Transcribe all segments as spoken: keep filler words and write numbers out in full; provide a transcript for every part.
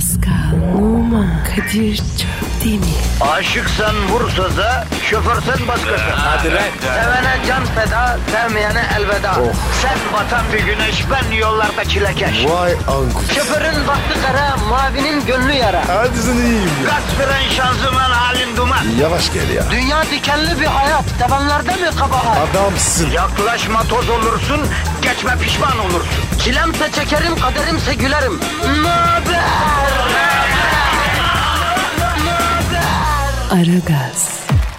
Pascal, Oman, Kadir çok değil mi? Aşıksan vursa da, şoförsen başkasın. Hadi lan. Sevene can feda, sevmeyene elveda. Oh. Sen batan bir güneş, ben yollarda çilekeş. Vay anku. Şoförün baktı kara, mavinin gönlü yara. Hadi sen iyiyim ya. Kasperen şanzıman halin duman. Yavaş gel ya. Dünya dikenli bir hayat, sevenlerde mi kabahar? Adamsın. Yaklaşma toz olursun, geçme pişman olursun. Çilemse çekerim, kaderimse gülerim. Möber! Aragaz.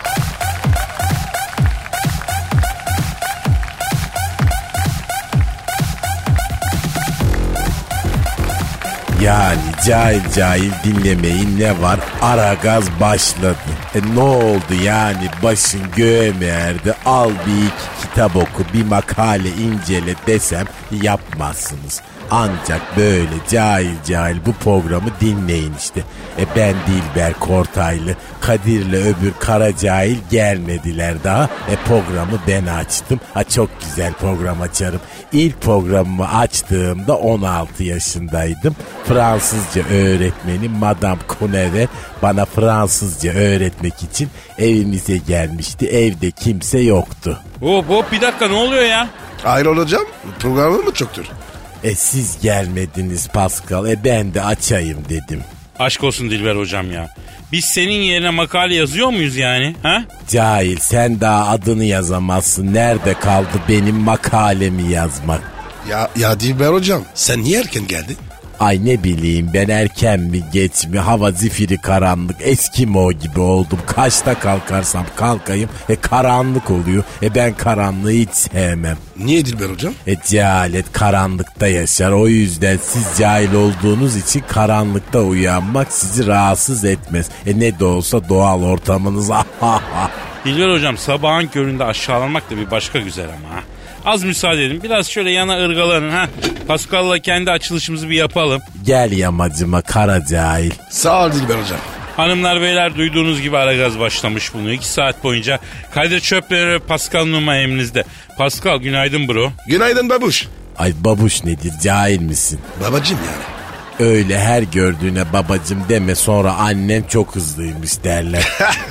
Yani cahil cahil dinlemeyin, ne var? Aragaz başladı. E ne oldu yani, başın göğe mi erdi? Al bir iki kitap oku, bir makale incele desem yapmazsınız. Ancak böyle cahil cahil bu programı dinleyin işte. E ben Dilber Kortaylı, Kadir'le öbür kara cahil gelmediler daha. E programı ben açtım. Ha çok güzel program açarım. İlk programımı açtığımda on altı yaşındaydım. Fransızca öğretmenim Madame Conever bana Fransızca öğretmek için evimize gelmişti. Evde kimse yoktu. Hop hop bir dakika, ne oluyor ya? Hayır hocam, programı mı çoktur? E siz gelmediniz Pascal. E ben de açayım dedim. Aşk olsun Dilber hocam ya. Biz senin yerine makale yazıyor muyuz yani? Ha? Cahil, sen daha adını yazamazsın. Nerede kaldı benim makalemi yazmak? Ya, ya Dilber hocam, sen niye erken geldin? Ay ne bileyim ben, erken mi geç mi, hava zifiri karanlık, Eskimo gibi oldum. Kaçta kalkarsam kalkayım e karanlık oluyor. E ben karanlığı hiç sevmem. Niye Dilber hocam? E cehalet karanlıkta yaşar, o yüzden siz cahil olduğunuz için karanlıkta uyanmak sizi rahatsız etmez. E ne de olsa doğal ortamınız. Dilber hocam, sabahın köründe aşağılanmak da bir başka güzel ama ha. Az müsaade edin. Biraz şöyle yana ırgalanın ha. Pascal'la kendi açılışımızı bir yapalım. Gel yamacıma kara cahil. Sağ ol Dilber hocam. Hanımlar beyler, duyduğunuz gibi Aragaz başlamış bunu. İki saat boyunca Kadir Çöpler ve Pascal Numa emrinizde. Pascal günaydın bro. Günaydın babuş. Ay babuş nedir, cahil misin? Babacım yani. Öyle her gördüğüne babacım deme, sonra annen çok hızlıymış derler.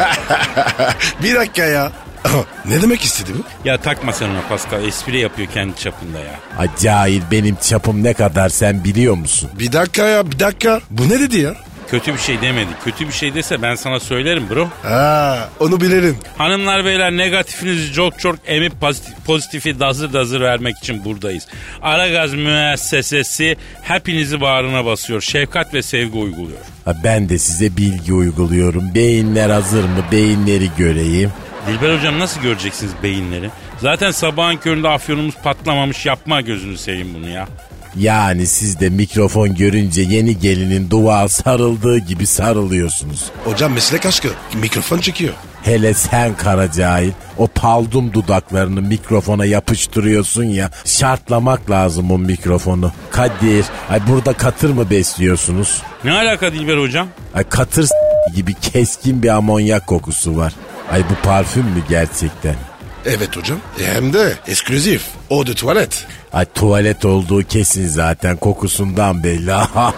Bir dakika ya. Ne demek istedi bu? Ya takma sen ona Pascal, espri yapıyor kendi çapında ya. Ay cahil, benim çapım ne kadar sen biliyor musun? Bir dakika ya, bir dakika. Bu ne dedi ya? Kötü bir şey demedi. Kötü bir şey dese ben sana söylerim bro. Ha, onu bilirim. Hanımlar beyler, negatifinizi çok çok emip pozitif, pozitifi dazır dazır vermek için buradayız. Aragaz müessesesi hepinizi bağrına basıyor. Şefkat ve sevgi uyguluyor. Ha, ben de size bilgi uyguluyorum. Beyinler hazır mı? Beyinleri göreyim. Dilber hocam, nasıl göreceksiniz beyinleri? Zaten sabahın köründe afyonumuz patlamamış, yapma gözünü seveyim bunu ya. Yani siz de mikrofon görünce yeni gelinin duvağa sarıldığı gibi sarılıyorsunuz. Hocam meslek aşkı. Mikrofon çekiyor. Hele sen kara cahil, o paldum dudaklarını mikrofona yapıştırıyorsun ya, şartlamak lazım o mikrofonu. Kadir, ay burada katır mı besliyorsunuz? Ne alaka Dilber hocam? Ay katır s- gibi keskin bir amonyak kokusu var. Ay bu parfüm mü gerçekten? Evet hocam. E hem de ekskluzif. Eau de tuvalet. Ay tuvalet olduğu kesin zaten, kokusundan belli.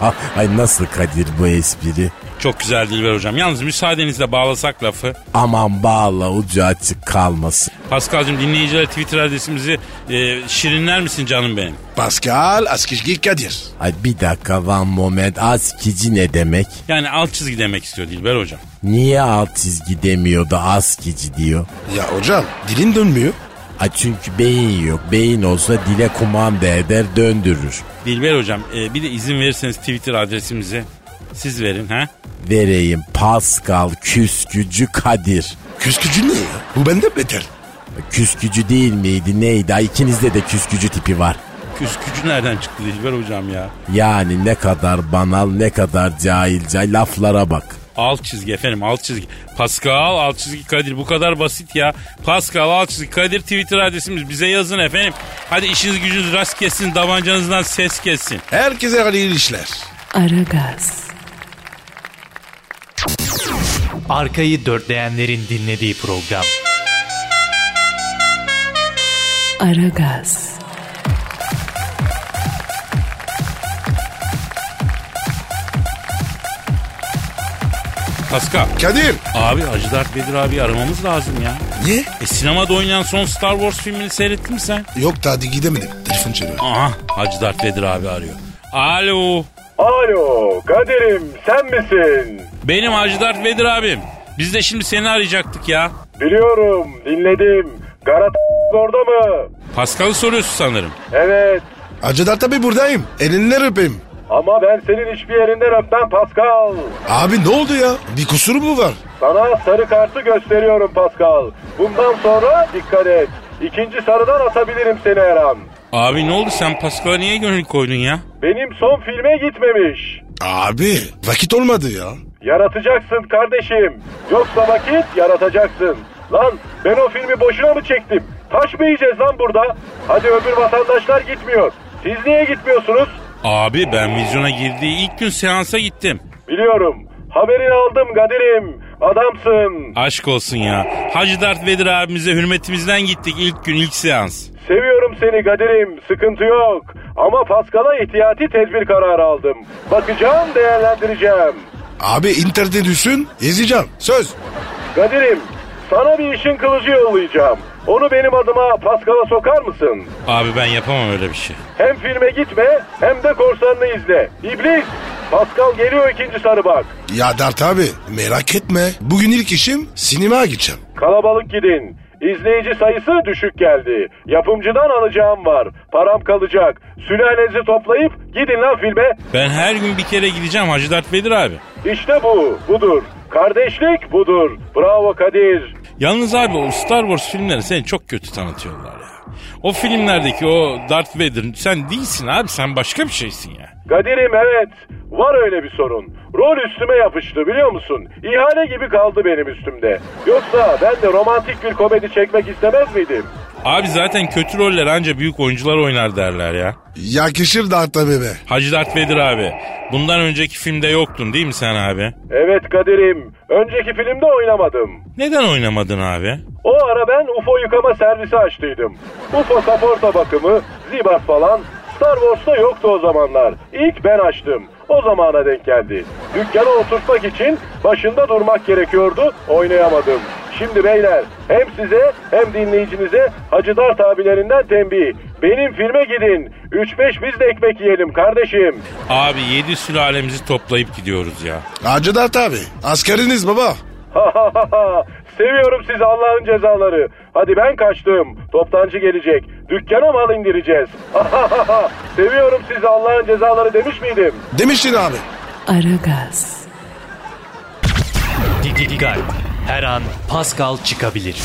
Ay nasıl Kadir bu espri? Çok güzel Dilber hocam. Yalnız müsaadenizle bağlasak lafı. Aman bağla, ucu açık kalmasın. Pascal'cığım, dinleyiciler Twitter adresimizi e, şirinler misin canım benim? Pascal Askizgi Kadir. Ay bir dakika, one moment, askici ne demek? Yani alt çizgi demek istiyor Dilber hocam. Niye alt çizgi demiyor da askici diyor? Ya hocam dilin dönmüyor. Ay çünkü beyin yok. Beyin olsa dile kumanda eder, döndürür. Dilber hocam, e, bir de izin verirseniz Twitter adresimizi siz verin ha. Vereyim, Pascal Küskücü Kadir. Küskücü ne ya? Bu benden beter. Küskücü değil miydi, neydi? Ay ikinizde de küskücü tipi var. Küskücü nereden çıktı Dilber hocam ya? Yani ne kadar banal, ne kadar cahilce laflara bak. Alt çizgi efendim, alt çizgi. Pascal alt çizgi Kadir, bu kadar basit ya. Pascal alt çizgi Kadir Twitter adresimiz, bize yazın efendim. Hadi işiniz gücünüz rast kessin, tabancanızdan ses kessin. Herkese hayırlı işler. Aragaz. Arkayı dörtleyenlerin dinlediği program. Aragaz. Pascal. Kadir. Abi Hacı Dert Vedir abi aramamız lazım ya. Niye? E sinemada oynayan son Star Wars filmini seyrettin mi sen? Yok da hadi gidemedim. Telefon çalıyor. Aha Hacı Dert Vedir abi arıyor. Alo. Alo Kadir'im sen misin? Benim Hacı Dert Vedir abim. Biz de şimdi seni arayacaktık ya. Biliyorum dinledim. Garat orada mı? Pascal'ı soruyorsun sanırım. Evet. Hacı tabii buradayım. Elinden öpeyim. Ama ben senin hiçbir yerinden öpmem Pascal. Abi ne oldu ya? Bir kusuru mu var? Sana sarı kartı gösteriyorum Pascal. Bundan sonra dikkat et. İkinci sarıdan atabilirim seni her an. Abi ne oldu sen Pascal'a niye gönül koydun ya? Benim son filme gitmemiş. Abi vakit olmadı ya. Yaratacaksın kardeşim. Yoksa vakit yaratacaksın. Lan ben o filmi boşuna mı çektim? Taş mı yiyeceğiz lan burada? Hadi öbür vatandaşlar gitmiyor. Siz niye gitmiyorsunuz? Abi ben vizyona girdiği ilk gün seansa gittim. Biliyorum. Haberini aldım Kadir'im. Adamsın. Aşk olsun ya. Hacı Dert Vedir abimize hürmetimizden gittik ilk gün ilk seans. Seviyorum seni Kadir'im. Sıkıntı yok. Ama Pascal'a ihtiyati tedbir kararı aldım. Bakacağım, değerlendireceğim. Abi internete düşsün izleyeceğim. Söz. Kadir'im sana bir işin kılıcı yollayacağım. Onu benim adıma Pascal'a sokar mısın? Abi ben yapamam öyle bir şey. Hem filme gitme hem de korsanını izle. İblis! Pascal geliyor ikinci sarı bak. Ya Dert abi merak etme. Bugün ilk işim sinemaya gideceğim. Kalabalık gidin. İzleyici sayısı düşük geldi. Yapımcıdan alacağım var. Param kalacak. Sülalenizi toplayıp gidin lan filme. Ben her gün bir kere gideceğim Hacı Dert Vedir abi. İşte bu. Budur. Kardeşlik budur. Bravo Kadir. Yalnız abi o Star Wars filmleri seni çok kötü tanıtıyorlar ya. O filmlerdeki o Darth Vader sen değilsin abi, sen başka bir şeysin ya. Kadir'im evet, var öyle bir sorun. Rol üstüme yapıştı biliyor musun? İhale gibi kaldı benim üstümde. Yoksa ben de romantik bir komedi çekmek istemez miydim? Abi zaten kötü roller anca büyük oyuncular oynar derler ya. Yakışır Dert abi be. Hacı Darth Vader abi, bundan önceki filmde yoktun değil mi sen abi? Evet Kadir'im, önceki filmde oynamadım. Neden oynamadın abi? O ara ben U F O yıkama servisi açtıydım. U F O kaporta bakımı, zibat falan. Star Wars'ta yoktu o zamanlar. İlk ben açtım. O zamana denk geldi. Dükkana oturtmak için başında durmak gerekiyordu, oynayamadım. Şimdi beyler hem size hem dinleyicinize Hacı Dert abilerinden tembih. Benim filme gidin. üç beş biz de ekmek yiyelim kardeşim. Abi yedi sülalemizi toplayıp gidiyoruz ya. Hacı Dert abi askeriniz baba. Seviyorum sizi Allah'ın cezaları. Hadi ben kaçtım. Toptancı gelecek. Dükkana mal indireceğiz. Seviyorum sizi Allah'ın cezaları demiş miydim? Demiştin abi. Aragaz. Dikkat. Her an Pascal çıkabilir.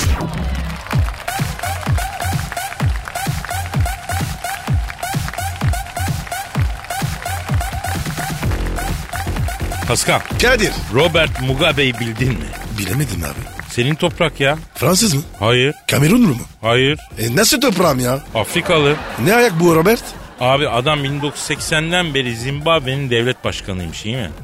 Pascal, Kadir. Robert Mugabe'yi bildin mi? Bilemedim abi. Senin toprak ya. Fransız mı? Hayır. Kamerunlu mu? Hayır. E nasıl toprağım ya? Afrikalı. Ne ayak bu Robert? Abi adam bin dokuz yüz seksenden beri Zimbabwe'nin devlet başkanıymış, iyi mi?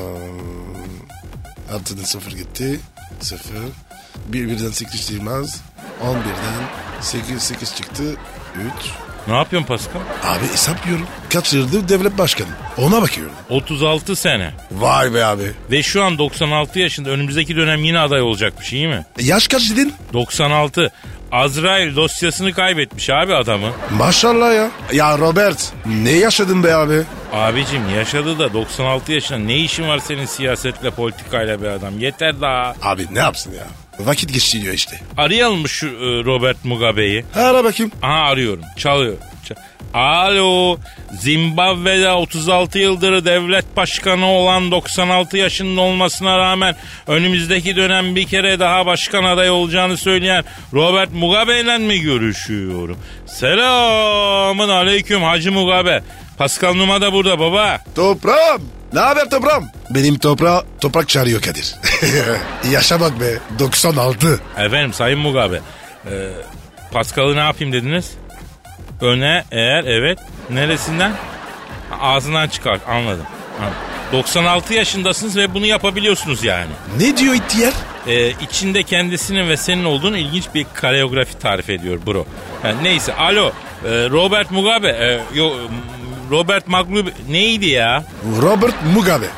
Altıdan sıfır gitti. Sıfır. Bir birden sekiz çıkmaz. On birden sekiz sekiz çıktı. Üç. Ne yapıyorsun Pascal? Abi hesap yiyorum. Kaç yıldır devlet başkanı? Ona bakıyorum. otuz altı sene. Vay be abi. Ve şu an doksan altı yaşında, önümüzdeki dönem yine aday olacakmış, iyi mi? E yaş kaç dedin? doksan altı. Azrail dosyasını kaybetmiş abi adamı. Maşallah ya. Ya Robert ne yaşadın be abi? Abicim yaşadı da doksan altı yaşında ne işin var senin siyasetle politikayla be adam, yeter daha. Abi ne yapsın ya? Vakit geçiriyor işte. Arayalım mı şu e, Robert Mugabe'yi? Ara bakayım. Aha arıyorum, çalıyor. Çal- Alo, Zimbabwe'de otuz altı yıldır devlet başkanı olan, doksan altı yaşında olmasına rağmen önümüzdeki dönem bir kere daha başkan adayı olacağını söyleyen Robert Mugabe ile mi görüşüyorum? Selamın aleyküm Hacı Mugabe. Pascal Numa da burada baba. Toprağım. Ne haber toprağım? Benim toprağa toprak çağırıyor Kadir. Yaşa bak be. doksan altı. Efendim Sayın Mugabe. Ee, Pascal'ı ne yapayım dediniz? Öne eğer evet. Neresinden? Ağzından çıkar, anladım. anladım. doksan altı yaşındasınız ve bunu yapabiliyorsunuz yani. Ne diyor ihtiyar? Ee, içinde kendisinin ve senin olduğunu ilginç bir koreografi tarif ediyor bro. Yani neyse alo e, Robert Mugabe e, yo, Robert Mugabe neydi ya? Robert Mugabe. Ha.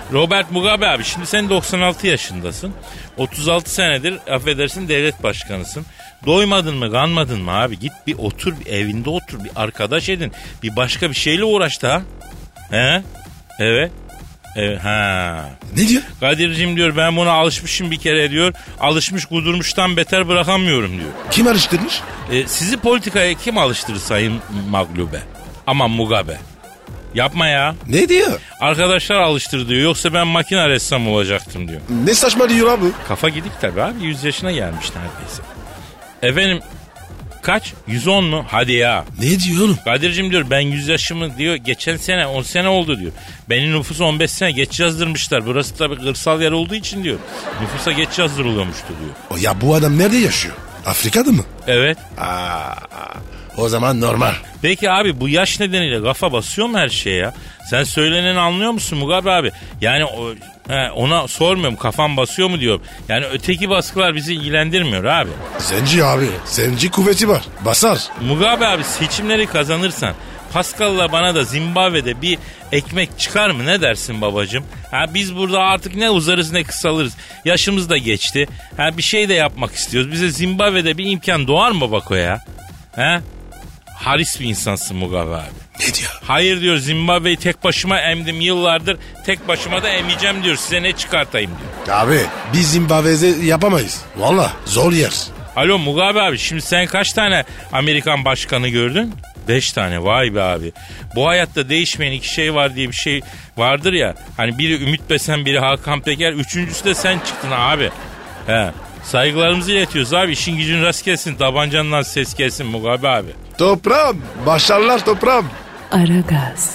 Robert Mugabe abi, şimdi sen doksan altı yaşındasın. otuz altı senedir affedersin devlet başkanısın. Doymadın mı, kanmadın mı abi? Git bir otur, bir evinde otur, bir arkadaş edin. Bir başka bir şeyle uğraş da. He? Evet. Evet, ha. Ne diyor? Kadir'cim diyor, ben buna alışmışım bir kere diyor. Alışmış kudurmuştan beter bırakamıyorum diyor. Kim alıştırmış? E, sizi politikaya kim alıştırır Sayın Maglube? Aman Mugabe. Yapma ya. Ne diyor? Arkadaşlar alıştır diyor. Yoksa ben makine ressam olacaktım diyor. Ne saçmalıyor abi? Kafa gidik tabii abi. yüz yaşına gelmiş neredeyse. Efendim kaç? yüz on mu? Hadi ya. Ne diyor oğlum? Kadir'cim diyor, ben yüz yaşımı diyor geçen sene on sene oldu diyor. Benim nüfusu on beş sene geç yazdırmışlar. Burası tabii kırsal yer olduğu için diyor. Nüfusa geç yazdırılıyormuştu diyor. Ya bu adam nerede yaşıyor? Afrika'da mı? Evet. Aa, o zaman normal. Peki abi, bu yaş nedeniyle kafa basıyor mu her şeye ya? Sen söyleneni anlıyor musun Mugabe abi? Yani o, he, ona sormuyorum, kafam basıyor mu diyorum. Yani öteki baskılar bizi ilgilendirmiyor abi. Zenci abi. Zenci kuvveti var. Basar. Mugabe abi, seçimleri kazanırsan Pascal'la bana da Zimbabwe'de bir ekmek çıkar mı, ne dersin babacığım? Ha, biz burada artık ne uzarız ne kısalırız. Yaşımız da geçti. Ha, bir şey de yapmak istiyoruz. Bize Zimbabwe'de bir imkan doğar mı Bako ya? Ha? Haris bir insansın Mugabe abi. Ne diyor? Hayır diyor, Zimbabwe'yi tek başıma emdim yıllardır. Tek başıma da emeceğim diyor. Size ne çıkartayım diyor. Abi biz Zimbabwe'de yapamayız. Valla zor yer. Alo Mugabe abi, şimdi sen kaç tane Amerikan başkanı gördün? Beş tane, vay be abi. Bu hayatta değişmeyen iki şey var diye bir şey vardır ya. Hani biri Ümit Besen, biri Hakan Peker. Üçüncüsü de sen çıktın abi. He. Saygılarımızı iletiyoruz abi. İşin gücün rast gelsin. Tabancandan ses gelsin Mugabe abi. Toprağım. Başarılar toprağım. Aragaz.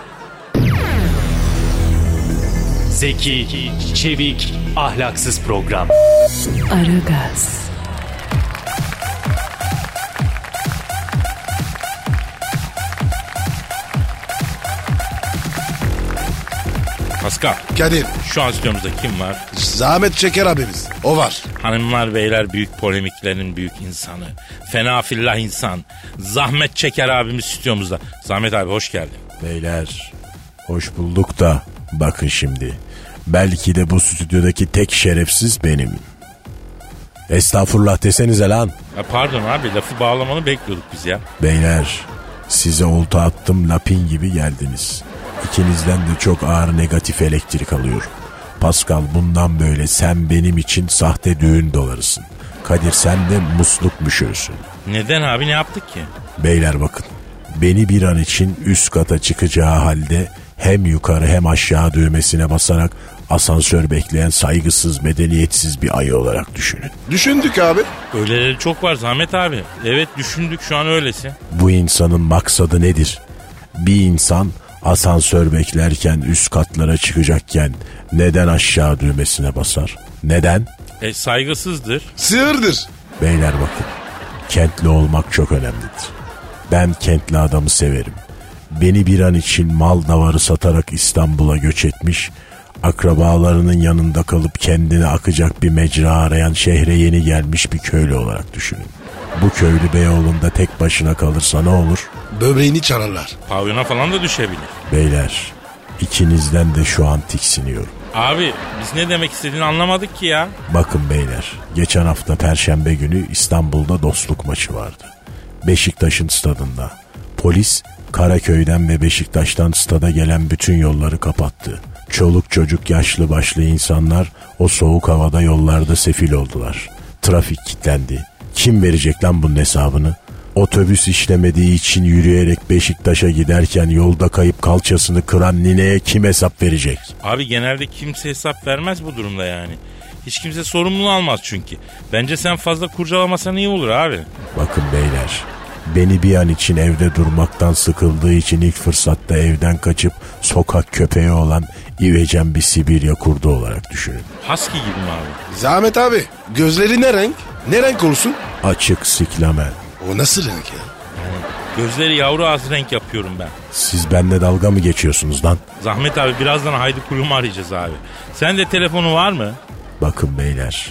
Zeki, çevik, ahlaksız program. Aragaz. Pascal, Kadir. şu an stüdyomuzda kim var? Zahmet Çeker abimiz. O var. Hanımlar beyler, büyük polemiklerin büyük insanı. Fena fillah insan. Zahmet Çeker abimiz stüdyomuzda. Zahmet abi hoş geldin. Beyler hoş bulduk da bakın şimdi. Belki de bu stüdyodaki tek şerefsiz benim. Estağfurullah desenize lan. Ya pardon abi, lafı bağlamanı bekliyorduk biz ya. Beyler size olta attım, lapin gibi geldiniz. İkinizden de çok ağır negatif elektrik alıyorum. Pascal, bundan böyle sen benim için sahte düğün dolarısın. Kadir, sen de musluk müşürüsün. Neden abi, ne yaptık ki? Beyler bakın, beni bir an için üst kata çıkacağı halde hem yukarı hem aşağı düğmesine basarak asansör bekleyen saygısız, medeniyetsiz bir ayı olarak düşünün. Düşündük abi. Öyleleri çok var Zahmet abi. Evet, düşündük, şu an öylesin. Bu insanın maksadı nedir? Bir insan asansör beklerken üst katlara çıkacakken neden aşağı düğmesine basar? Neden? E, saygısızdır. Sığırdır. Beyler bakın, kentli olmak çok önemlidir. Ben kentli adamı severim. Beni bir an için mal davarı satarak İstanbul'a göç etmiş, akrabalarının yanında kalıp kendine akacak bir mecra arayan şehre yeni gelmiş bir köylü olarak düşünün. Bu köylü Beyoğlu'nda tek başına kalırsa ne olur? Böbreğini çalarlar. Pavyona falan da düşebilir. Beyler, ikinizden de şu an tiksiniyorum. Abi biz ne demek istediğini anlamadık ki ya. Bakın beyler, geçen hafta Perşembe günü İstanbul'da dostluk maçı vardı. Beşiktaş'ın stadında. Polis Karaköy'den ve Beşiktaş'tan stada gelen bütün yolları kapattı. Çoluk çocuk, yaşlı başlı insanlar o soğuk havada yollarda sefil oldular. Trafik kilitlendi. Kim verecek lan bunun hesabını? Otobüs işlemediği için yürüyerek Beşiktaş'a giderken yolda kayıp kalçasını kıran nineye kim hesap verecek? Abi genelde kimse hesap vermez bu durumda yani. Hiç kimse sorumluluğu almaz çünkü. Bence sen fazla kurcalamasan iyi olur abi. Bakın beyler, beni bir an için evde durmaktan sıkıldığı için ilk fırsatta evden kaçıp sokak köpeği olan İvecen bir Sibirya kurdu olarak düşünün. Husky gibi mi abi? Zahmet abi, gözleri ne renk? Ne renk olsun? Açık siklamen. O nasıl renk ya? Gözleri yavru ağzı renk yapıyorum ben. Siz benimle dalga mı geçiyorsunuz lan? Zahmet abi, birazdan Haydi Kurum'u arayacağız abi. Sen de telefonu var mı? Bakın beyler,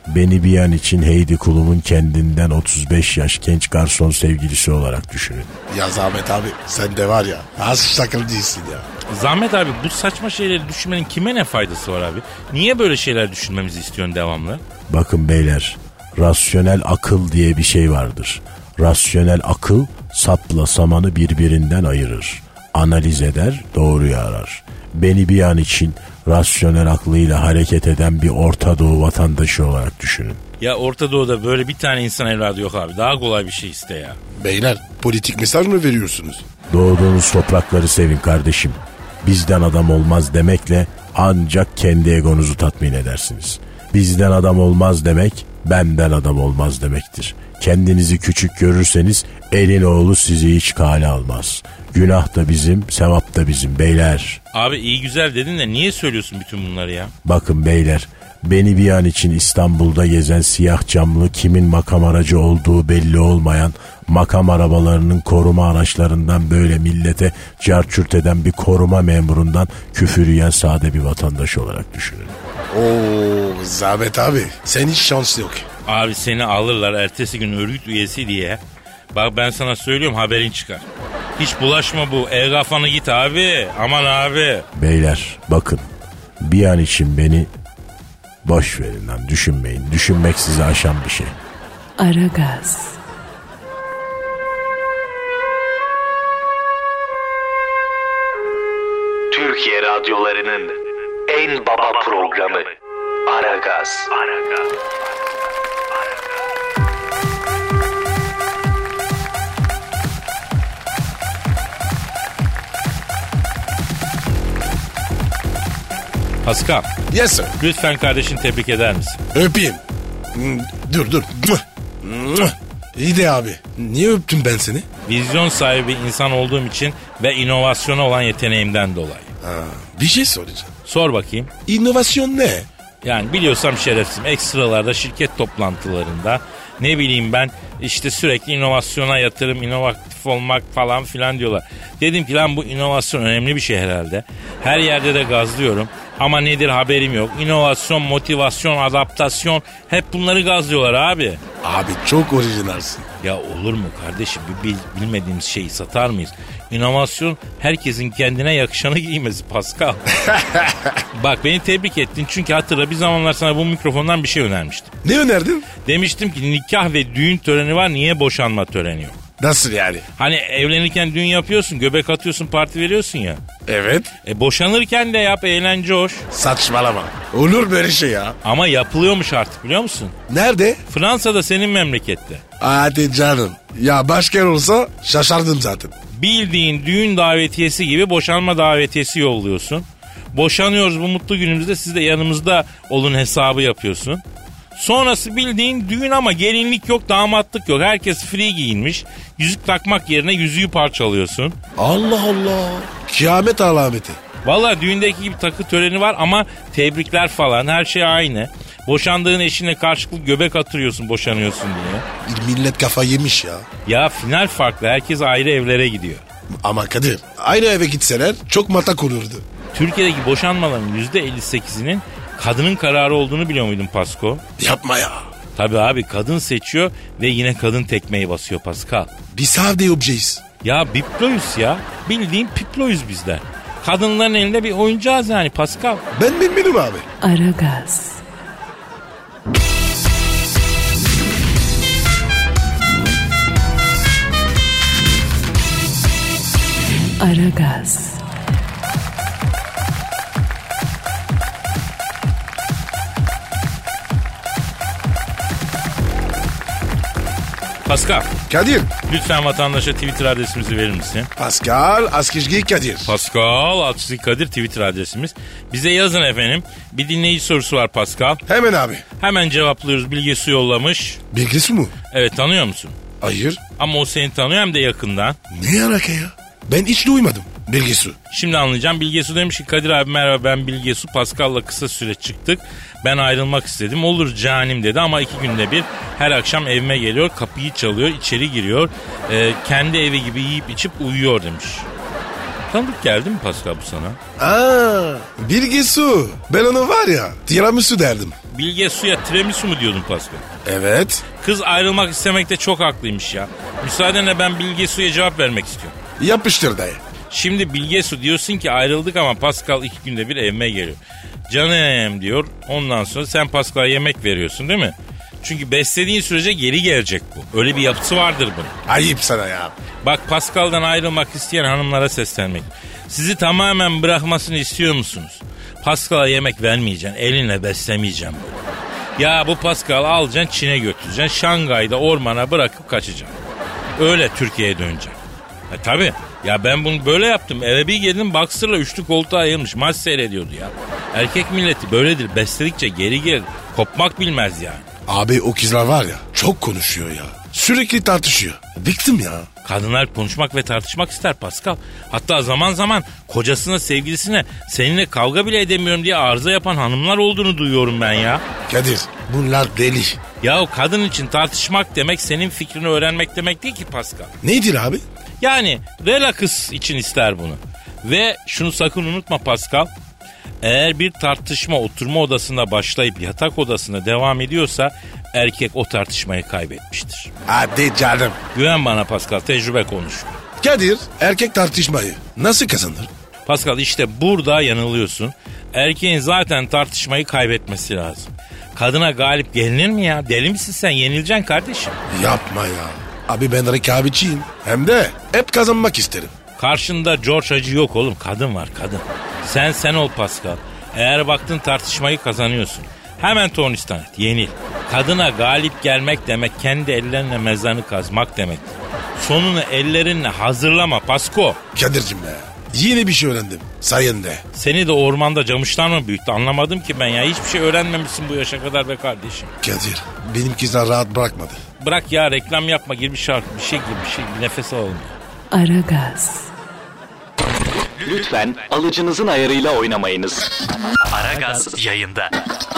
Beni bir an için Heidi Klum'un kendinden otuz beş yaş genç garson sevgilisi olarak düşünün. Ya Zahmet abi sen de var ya az sakın değilsin ya. Zahmet abi bu saçma şeyleri düşünmenin kime ne faydası var abi? Niye böyle şeyler düşünmemizi istiyorsun devamlı? Bakın beyler, rasyonel akıl diye bir şey vardır. Rasyonel akıl sapla samanı birbirinden ayırır. Analiz eder, doğruyu arar. Beni bir an için rasyonel aklıyla hareket eden bir Orta Doğu vatandaşı olarak düşünün. Ya Orta Doğu'da böyle bir tane insan evladı yok abi. Daha kolay bir şey iste ya. Beyler politik mesaj mı veriyorsunuz? Doğduğunuz toprakları sevin kardeşim. Bizden adam olmaz demekle ancak kendi egonuzu tatmin edersiniz. Bizden adam olmaz demek, benden adam olmaz demektir. Kendinizi küçük görürseniz elin oğlu sizi hiç kale almaz. Günah da bizim, sevap da bizim beyler. Abi iyi güzel dedin de niye söylüyorsun bütün bunları ya? Bakın beyler, beni bir an için İstanbul'da gezen siyah camlı kimin makam aracı olduğu belli olmayan makam arabalarının koruma araçlarından böyle millete carçurt eden bir koruma memurundan küfür yiyen sade bir vatandaş olarak düşünün. Oo Zahmet abi sen hiç şans yok. Abi seni alırlar ertesi gün örgüt üyesi diye. Bak ben sana söylüyorum haberin çıkar. Hiç bulaşma bu. El kafanı git abi. Aman abi. Beyler bakın bir an için beni boş verin lan, düşünmeyin. Düşünmek sizi aşan bir şey. Aragaz. Türkiye radyolarının en baba programı Aragaz. Aragaz. Pascal. Yes sir. Lütfen kardeşini tebrik eder misin? Öpeyim. Hmm, Dur dur. İyi de abi. Niye öptüm ben seni? Vizyon sahibi insan olduğum için ve inovasyona olan yeteneğimden dolayı. Ha, bir şey soracağım. Sor bakayım. İnovasyon ne? Yani biliyorsam şerefsizim. Ekstralarda şirket toplantılarında ne bileyim ben işte sürekli inovasyona yatırım, inovatif olmak falan filan diyorlar. Dedim ki lan bu inovasyon önemli bir şey herhalde. Her yerde de gazlıyorum. Ama nedir haberim yok. İnovasyon, motivasyon, adaptasyon hep bunları gazlıyorlar abi. Abi çok orijinalsin. Ya olur mu kardeşim? Bir bil, bilmediğimiz şeyi satar mıyız? İnovasyon herkesin kendine yakışanı giymesi Pascal. Bak beni tebrik ettin çünkü hatırla bir zamanlar sana bu mikrofondan bir şey önermiştim. Ne önerdin? Demiştim ki nikah ve düğün töreni var, niye boşanma töreni yok? Nasıl yani? Hani evlenirken düğün yapıyorsun, göbek atıyorsun, parti veriyorsun ya. Evet. E boşanırken de yap, eğlence hoş. Saçmalama. Olur böyle şey ya. Ama yapılıyormuş artık biliyor musun? Nerede? Fransa'da, senin memlekette. Hadi canım. Ya başka yer olsa şaşardım zaten. Bildiğin düğün davetiyesi gibi boşanma davetiyesi yolluyorsun. Boşanıyoruz bu mutlu günümüzde, siz de yanımızda olun hesabı yapıyorsun. Sonrası bildiğin düğün ama gelinlik yok, damatlık yok. Herkes free giyinmiş. Yüzük takmak yerine yüzüğü parçalıyorsun. Allah Allah. Kıyamet alameti. Valla düğündeki gibi takı töreni var ama tebrikler falan her şey aynı. Boşandığın eşine karşılıklı göbek atıyorsun boşanıyorsun diye. Millet kafa yemiş ya. Ya final farklı, herkes ayrı evlere gidiyor. Ama Kadir aynı eve gitseler çok matak olurdu. Türkiye'deki boşanmaların yüzde elli sekizinin kadının kararı olduğunu biliyor muydun Pasko? Yapma ya. Tabii abi, kadın seçiyor ve yine kadın tekmeyi basıyor Pascal. Biz sade objeyiz. Ya biployuz ya. Bildiğin piployuz bizler. Kadınların elinde bir oyuncağız yani Pascal. Ben bilmiyorum abi. Aragaz. Aragaz. Pascal, Kadir. lütfen vatandaşa Twitter adresimizi verir misin? Pascal Askizgi Kadir. Pascal Askizgi Kadir Twitter adresimiz. Bize yazın efendim. Bir dinleyici sorusu var Pascal. Hemen abi. Hemen cevaplıyoruz. Bilgesi yollamış. Bilgisi mi? Evet, tanıyor musun? Hayır. Ama o seni tanıyor hem de yakından. Ne alaka ya? Ben hiç duymadım. Bilgesu. Şimdi anlayacağım. Bilgesu demiş ki Kadir abi merhaba, ben Bilgesu. Pascal'la kısa süre çıktık. Ben ayrılmak istedim. Olur canim dedi ama iki günde bir her akşam evime geliyor. Kapıyı çalıyor. İçeri giriyor. Ee, kendi evi gibi yiyip içip uyuyor demiş. Tanıdık geldi mi Pascal bu sana? Aa, Bilgesu. Ben onu var ya tiramisu derdim. Bilge Su'ya tiramisu mu diyordun Pascal? Evet. Kız ayrılmak istemekte çok haklıymış ya. Müsaadenle ben Bilge Su'ya cevap vermek istiyorum. Yapıştır dayı. Şimdi Bilge Su diyorsun ki ayrıldık ama Pascal iki günde bir evime geliyor. Canım diyor. Ondan sonra sen Pascal'a yemek veriyorsun değil mi? Çünkü beslediğin sürece geri gelecek bu. Öyle bir yapısı vardır bunun. Ayıp sana ya. Bak Pascal'dan ayrılmak isteyen hanımlara seslenmek. Sizi tamamen bırakmasını istiyor musunuz? Pascal'a yemek vermeyeceksin. Elinle beslemeyeceğim bunu. Ya bu Pascal'ı alacaksın Çin'e götüreceksin. Şangay'da ormana bırakıp kaçacaksın. Öyle Türkiye'ye döneceksin. E tabi. Ya ben bunu böyle yaptım. Eve bir geldim Boxer'la üçlü koltuğa ayırmış. Maç seyrediyordu ya. Erkek milleti böyledir. Besledikçe geri gelir. Kopmak bilmez yani. Abi o kızlar var ya çok konuşuyor ya. Sürekli tartışıyor. Bıktım ya. Kadınlar konuşmak ve tartışmak ister Pascal. Hatta zaman zaman kocasına, sevgilisine seninle kavga bile edemiyorum diye arıza yapan hanımlar olduğunu duyuyorum ben ya. Kadir bunlar deli. Ya o kadın için tartışmak demek senin fikrini öğrenmek demek değil ki Pascal. Nedir abi? Yani relax için ister bunu. Ve şunu sakın unutma Pascal. Eğer bir tartışma oturma odasında başlayıp yatak odasında devam ediyorsa erkek o tartışmayı kaybetmiştir. Hadi canım. Güven bana Pascal, tecrübe konuş. Kadir erkek tartışmayı nasıl kazanır? Pascal işte burada yanılıyorsun. Erkeğin zaten tartışmayı kaybetmesi lazım. Kadına galip gelinir mi ya? Deli misin sen? Yenileceksin kardeşim. Yapma ya. Abi ben rekabetçiyim. Hem de hep kazanmak isterim. Karşında George Hacı yok oğlum. Kadın var kadın. Sen sen ol Pascal. Eğer baktın tartışmayı kazanıyorsun. Hemen tornistan et. Yenil. Kadına galip gelmek demek kendi ellerinle mezarını kazmak demek. Sonunu ellerinle hazırlama Pasko. Kadir'cim be. Yeni bir şey öğrendim sayende. Seni de ormanda camışlar mı büyüttü? Anlamadım ki ben ya. Hiçbir şey öğrenmemişsin bu yaşa kadar be kardeşim. Kadir benim kızlar rahat bırakmadı. Bırak ya, reklam yapma. Gir bir şarkı, bir şey gir, bir şey, bir nefes alalım. Aragaz, Lütfen alıcınızın ayarıyla oynamayınız. Aragaz yayında.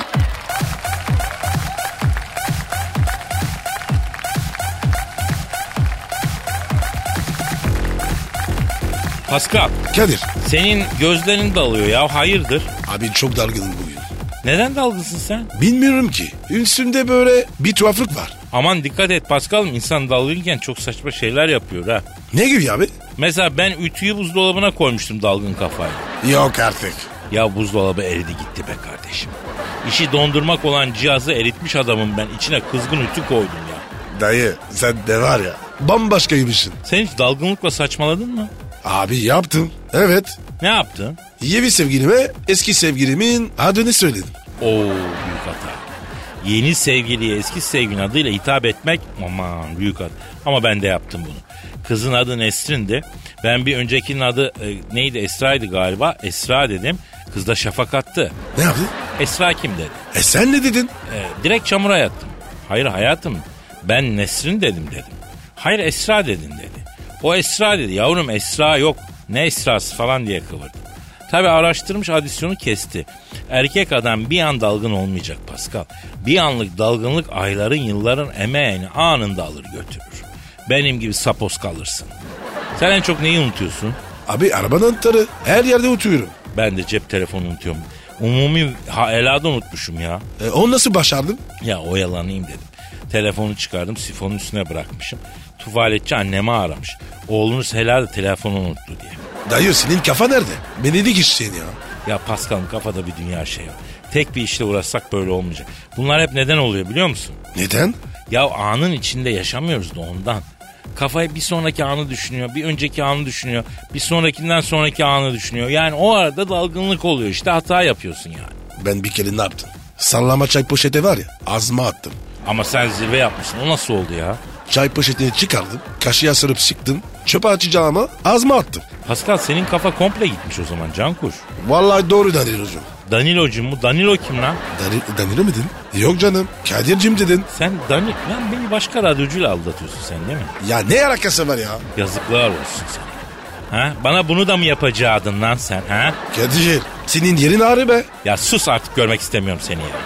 Pascal, Kadir. senin gözlerin dalıyor ya. Hayırdır? Abi çok dalgınım bugün. Neden dalgınsın sen? Bilmiyorum ki. Üstümde böyle bir tuhaflık var. Aman dikkat et Pascal'ım. İnsan dalgınken çok saçma şeyler yapıyor ha. Ne gibi abi? Mesela ben ütüyü buzdolabına koymuştum dalgın kafayla. Yok artık. Ya buzdolabı eridi gitti be kardeşim. İşi dondurmak olan cihazı eritmiş adamım ben. İçine kızgın ütü koydum ya. Dayı sen de var ya bambaşkaymışsın. Sen hiç dalgınlıkla saçmaladın mı? Abi yaptım. Evet. Ne yaptın? Yeni sevgilime eski sevgilimin adını söyledim. Oo, büyük hata. Yeni sevgiliye eski sevgilinin adıyla hitap etmek aman büyük hata. Ama ben de yaptım bunu. Kızın adı Nesrin'di. Ben bir öncekinin adı e, neydi, Esra'ydı galiba. Esra dedim. Kız da şafak attı. Ne yaptın? Esra kim dedi. E sen ne dedin? E, direkt çamura yattım. Hayır hayatım, ben Nesrin dedim dedim. Hayır Esra dedin dedi. O Esra dedi. Yavrum Esra yok. Ne Esrası falan diye kıvırdı. Tabii araştırmış, adisyonu kesti. Erkek adam bir an dalgın olmayacak Pascal. Bir anlık dalgınlık ayların yılların emeğini anında alır götürür. Benim gibi sapos kalırsın. Sen en çok neyi unutuyorsun? Abi arabanın anahtarı. Her yerde unutuyorum. Ben de cep telefonu unutuyorum. Umumi ha, elada unutmuşum ya. E, onu nasıl başardın? Ya oyalanayım dedim. Telefonu çıkardım, sifonun üstüne bırakmışım. Tuvaletçi annemi aramış. Oğlunuz helal telefonu unuttu diye. Dayı senin kafa nerede? Beni dik işleyin ya. Ya Pascal'ın kafada bir dünya şey var. Tek bir işle uğraşsak böyle olmayacak. Bunlar hep neden oluyor biliyor musun? Neden? Ya anın içinde yaşamıyoruz da ondan. Kafayı bir sonraki anı düşünüyor, bir önceki anı düşünüyor, bir sonrakinden sonraki anı düşünüyor. Yani o arada dalgınlık oluyor işte, hata yapıyorsun yani. Ben bir kere ne yaptım? Sallama çay poşeti var ya, ağzıma attım. Ama sen zirve yapmışsın, o nasıl oldu ya? Çay poşetini çıkardım, kaşığa sarıp sıktım, çöpe açacağıma ağzıma attım. Pascal senin kafa komple gitmiş o zaman Cankuş. Vallahi doğru Danilo'cum. Danilo'cum mu? Danilo kim lan? Dani, Danilo mu dedin? Yok canım, Kadir'cim dedin. Sen Danilo, lan beni başka radyocuyla aldatıyorsun sen değil mi? Ya ne alakası var ya? Yazıklar olsun sana. Ha? Bana bunu da mı yapacaktın lan sen ha? Kadir, senin yerin ağrı be. Ya sus artık, görmek istemiyorum seni ya.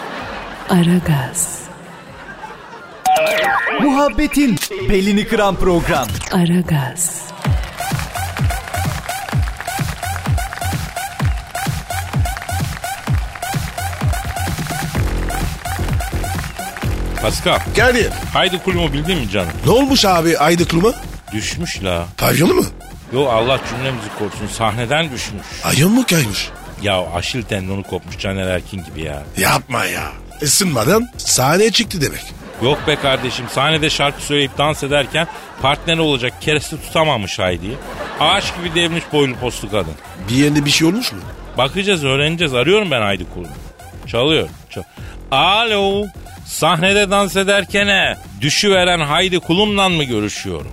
Aragaz, Muhabbetin belini kıran program. Aragaz, Pascal. Kadir. Haydi Kulüm'ü bildin mi canım? Ne olmuş abi Aydıklım'a? Düşmüş la. Pavyonu mu? Yo Allah cümlemizi korusun, sahneden düşmüş. Ayın mu kaymış? Ya Aşil tendonu kopmuş Caner Erkin gibi ya. Yapma ya. Isınmadan sahneye çıktı demek. Yok be kardeşim, sahnede şarkı söyleyip dans ederken partneri olacak kereste tutamamış Haydi'yi. Ağaç gibi devrilmiş boylu postlu kadın. Bir yerinde bir şey olmuş mu? Bakacağız, öğreneceğiz. Arıyorum ben Haydi Kulüm'ü. Çalıyor. Çal- Alo. Sahnede dans ederken he, düşüveren Haydi Kulüm'le mı görüşüyorum?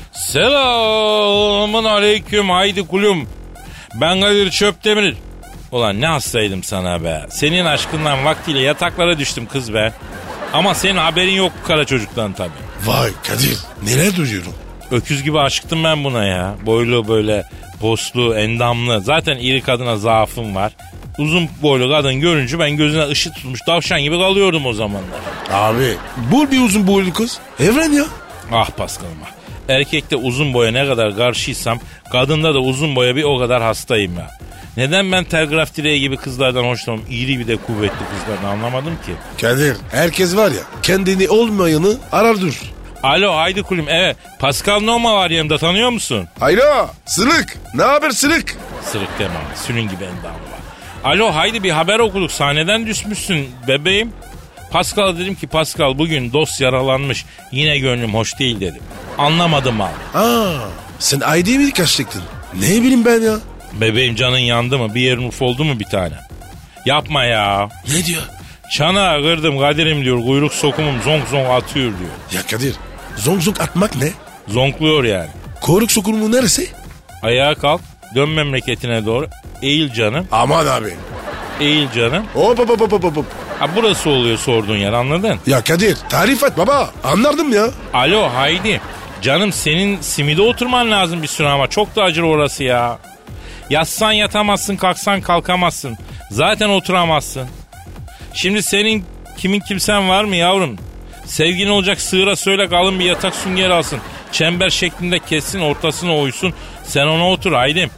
Selamun aleyküm Haydi Kulüm. Ben Kadir Çöptemir. Ulan ne hastaydım sana be. Senin aşkından vaktiyle yataklara düştüm kız be. Ama senin haberin yok bu kara çocuktan tabii. Vay Kadir, neler duyuyorum. Öküz gibi aşıktım ben buna ya. Boylu böyle, postlu, endamlı. Zaten iri kadına zaafım var. Uzun boylu kadın görünce ben gözüne ışık tutmuş tavşan gibi kalıyordum o zamanlar. Abi bul bir uzun boylu kız. Evren ya. Ah Paskal'ım ah. Erkekte uzun boya ne kadar karşıysam kadında da uzun boya bir o kadar hastayım ya. Neden ben telgraf direği gibi kızlardan hoşlanmam, iri bir de kuvvetli kızlardan anlamadım ki. Kadir, herkes var ya kendini olmayanı arar dur. Alo Haydi Kulüm, evet. Pascal Noma var yanımda, tanıyor musun? Hayro, Sırık. Ne haber Sırık? Sırık demem, sünün gibi endam var. Alo Haydi, bir haber okuduk, sahneden düşmüşsün bebeğim. Pascal'a dedim ki Pascal bugün dost yaralanmış, yine gönlüm hoş değil dedim. Anlamadım abi. Aa, sen Aydi'yi mi kaçtıktın? Ne bileyim ben ya? Bebeğim canın yandı mı, bir yerin uf oldu mu bir tane? Yapma ya. Ne diyor? Çanağı kırdım Kadir'im diyor, kuyruk sokumum zonk zonk atıyor diyor. Ya Kadir, zonk zonk atmak ne? Zonkluyor yani. Kuyruk sokumu neresi? Ayağa kalk, dön memleketine doğru, eğil canım. Aman abi. Eğil canım. Hop hop hop hop hop. Ha burası oluyor sorduğun yer, anladın? Ya Kadir, tarif et baba. Anladım ya. Alo Haydi. Canım senin simide oturman lazım bir süre ama çok da acır orası ya. Yatsan yatamazsın, kalksan kalkamazsın. Zaten oturamazsın. Şimdi senin kimin kimsen var mı yavrum? Sevgin olacak sığıra söyle kalın bir yatak süngeri alsın. Çember şeklinde kessin, ortasına oysun. Sen ona otur Haydim.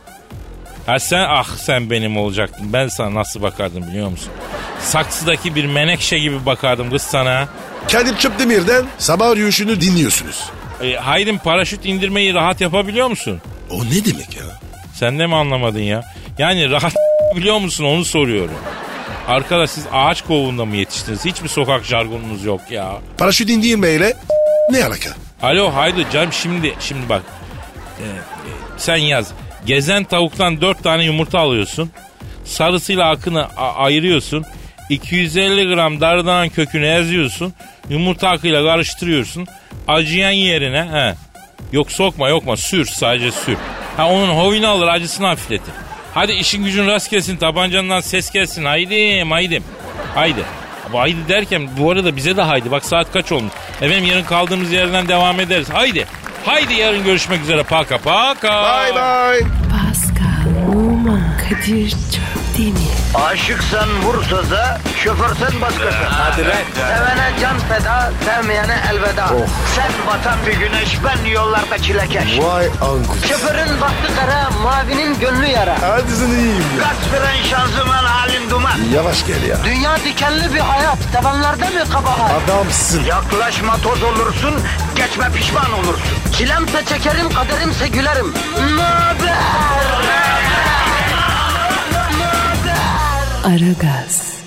Ha sen, ah sen benim olacaktın. Ben sana nasıl bakardım biliyor musun? Saksıdaki bir menekşe gibi bakardım kız sana. Kadir Çöpdemir'den sabah yürüyüşünü dinliyorsunuz. E, Haydim, paraşüt indirmeyi rahat yapabiliyor musun? O ne demek ya? Sen de mi anlamadın ya? Yani rahat biliyor musun onu soruyorum. Arkadaş siz ağaç kovuğunda mı yetiştiniz? Hiç mi sokak jargonunuz yok ya? Paraşüt indirmeyle ne alaka? Alo Haydi canım, şimdi şimdi bak. Ee, e, sen yaz. Gezen tavuktan dört tane yumurta alıyorsun. Sarısıyla akını a- ayırıyorsun. iki yüz elli gram dardanağın kökünü eziyorsun. Yumurta akıyla karıştırıyorsun. Acıyan yerine he. Yok sokma yokma sür, sadece sür. Ha onun hovini alır, acısını hafifletir. Hadi işin gücün rast gelsin, tabancandan ses gelsin. Haydim haydim. Haydi. Bu haydi derken bu arada bize de haydi. Bak saat kaç olmuş. Efendim yarın kaldığımız yerden devam ederiz. Haydi. Haydi yarın görüşmek üzere. Paka paka. Bye bye. Pascal, Oman, Kadir Çöptemir. Aşıksan vursa da, şoförsen başkasın. Hadi lan. Sevene can feda, sevmeyene elveda. Sen batan bir güneş, ben yollarda çilekeş. Vay anku. Şoförün baktı kara, mavinin gönlü yara. Hadi sen iyiyim ya. Kasperen şanzıman halin duman. Yavaş gel ya. Dünya dikenli bir hayat, sevenlerde mi kabahar? Adamsın. Yaklaşma toz olursun, geçme pişman olursun. Çilemse çekerim, kaderimse gülerim. Möber! Aragaz.